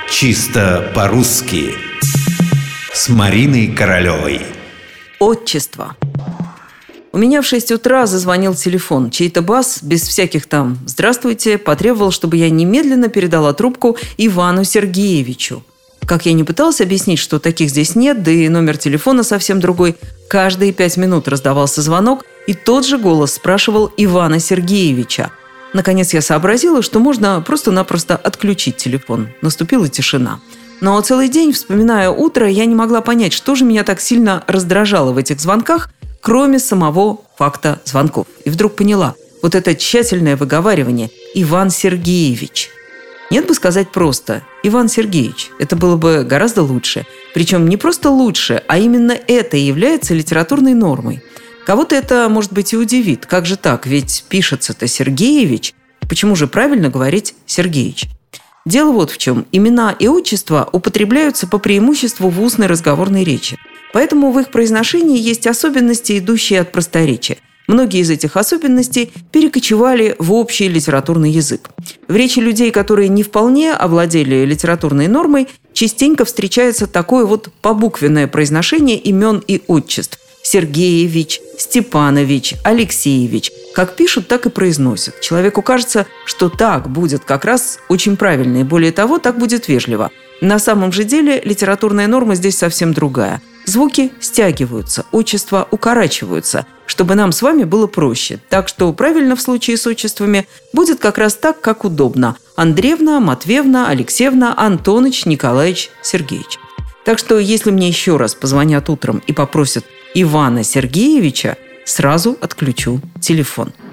Чисто по-русски с Мариной Королевой. Отчество. У меня в 6 утра зазвонил телефон. Чей-то бас, без всяких там «здравствуйте», потребовал, чтобы я немедленно передала трубку Ивану Сергеевичу. Как я не пыталась объяснить, что таких здесь нет, да и номер телефона совсем другой, каждые 5 минут раздавался звонок, и тот же голос спрашивал Ивана Сергеевича. Наконец я сообразила, что можно просто-напросто отключить телефон. Наступила тишина. Но целый день, вспоминая утро, я не могла понять, что же меня так сильно раздражало в этих звонках, кроме самого факта звонков. И вдруг поняла, вот это тщательное выговаривание «Иван Сергеевич». Нет бы сказать просто «Иван Сергеевич». Это было бы гораздо лучше. Причем не просто лучше, а именно это и является литературной нормой. Кого-то это, может быть, и удивит. Как же так? Ведь пишется-то Сергеевич. Почему же правильно говорить Сергеевич? Дело вот в чем. Имена и отчества употребляются по преимуществу в устной разговорной речи. Поэтому в их произношении есть особенности, идущие от просторечия. Многие из этих особенностей перекочевали в общий литературный язык. В речи людей, которые не вполне овладели литературной нормой, частенько встречается такое вот побуквенное произношение имен и отчеств. Сергеевич, Степанович, Алексеевич. Как пишут, так и произносят. Человеку кажется, что так будет как раз очень правильно, и более того, так будет вежливо. На самом же деле литературная норма здесь совсем другая. Звуки стягиваются, отчества укорачиваются, чтобы нам с вами было проще. Так что правильно в случае с отчествами будет как раз так, как удобно. Андреевна, Матвеевна, Алексеевна, Антоныч, Николаевич, Сергеевич. Так что если мне еще раз позвонят утром и попросят Ивана Сергеевича, сразу отключу телефон.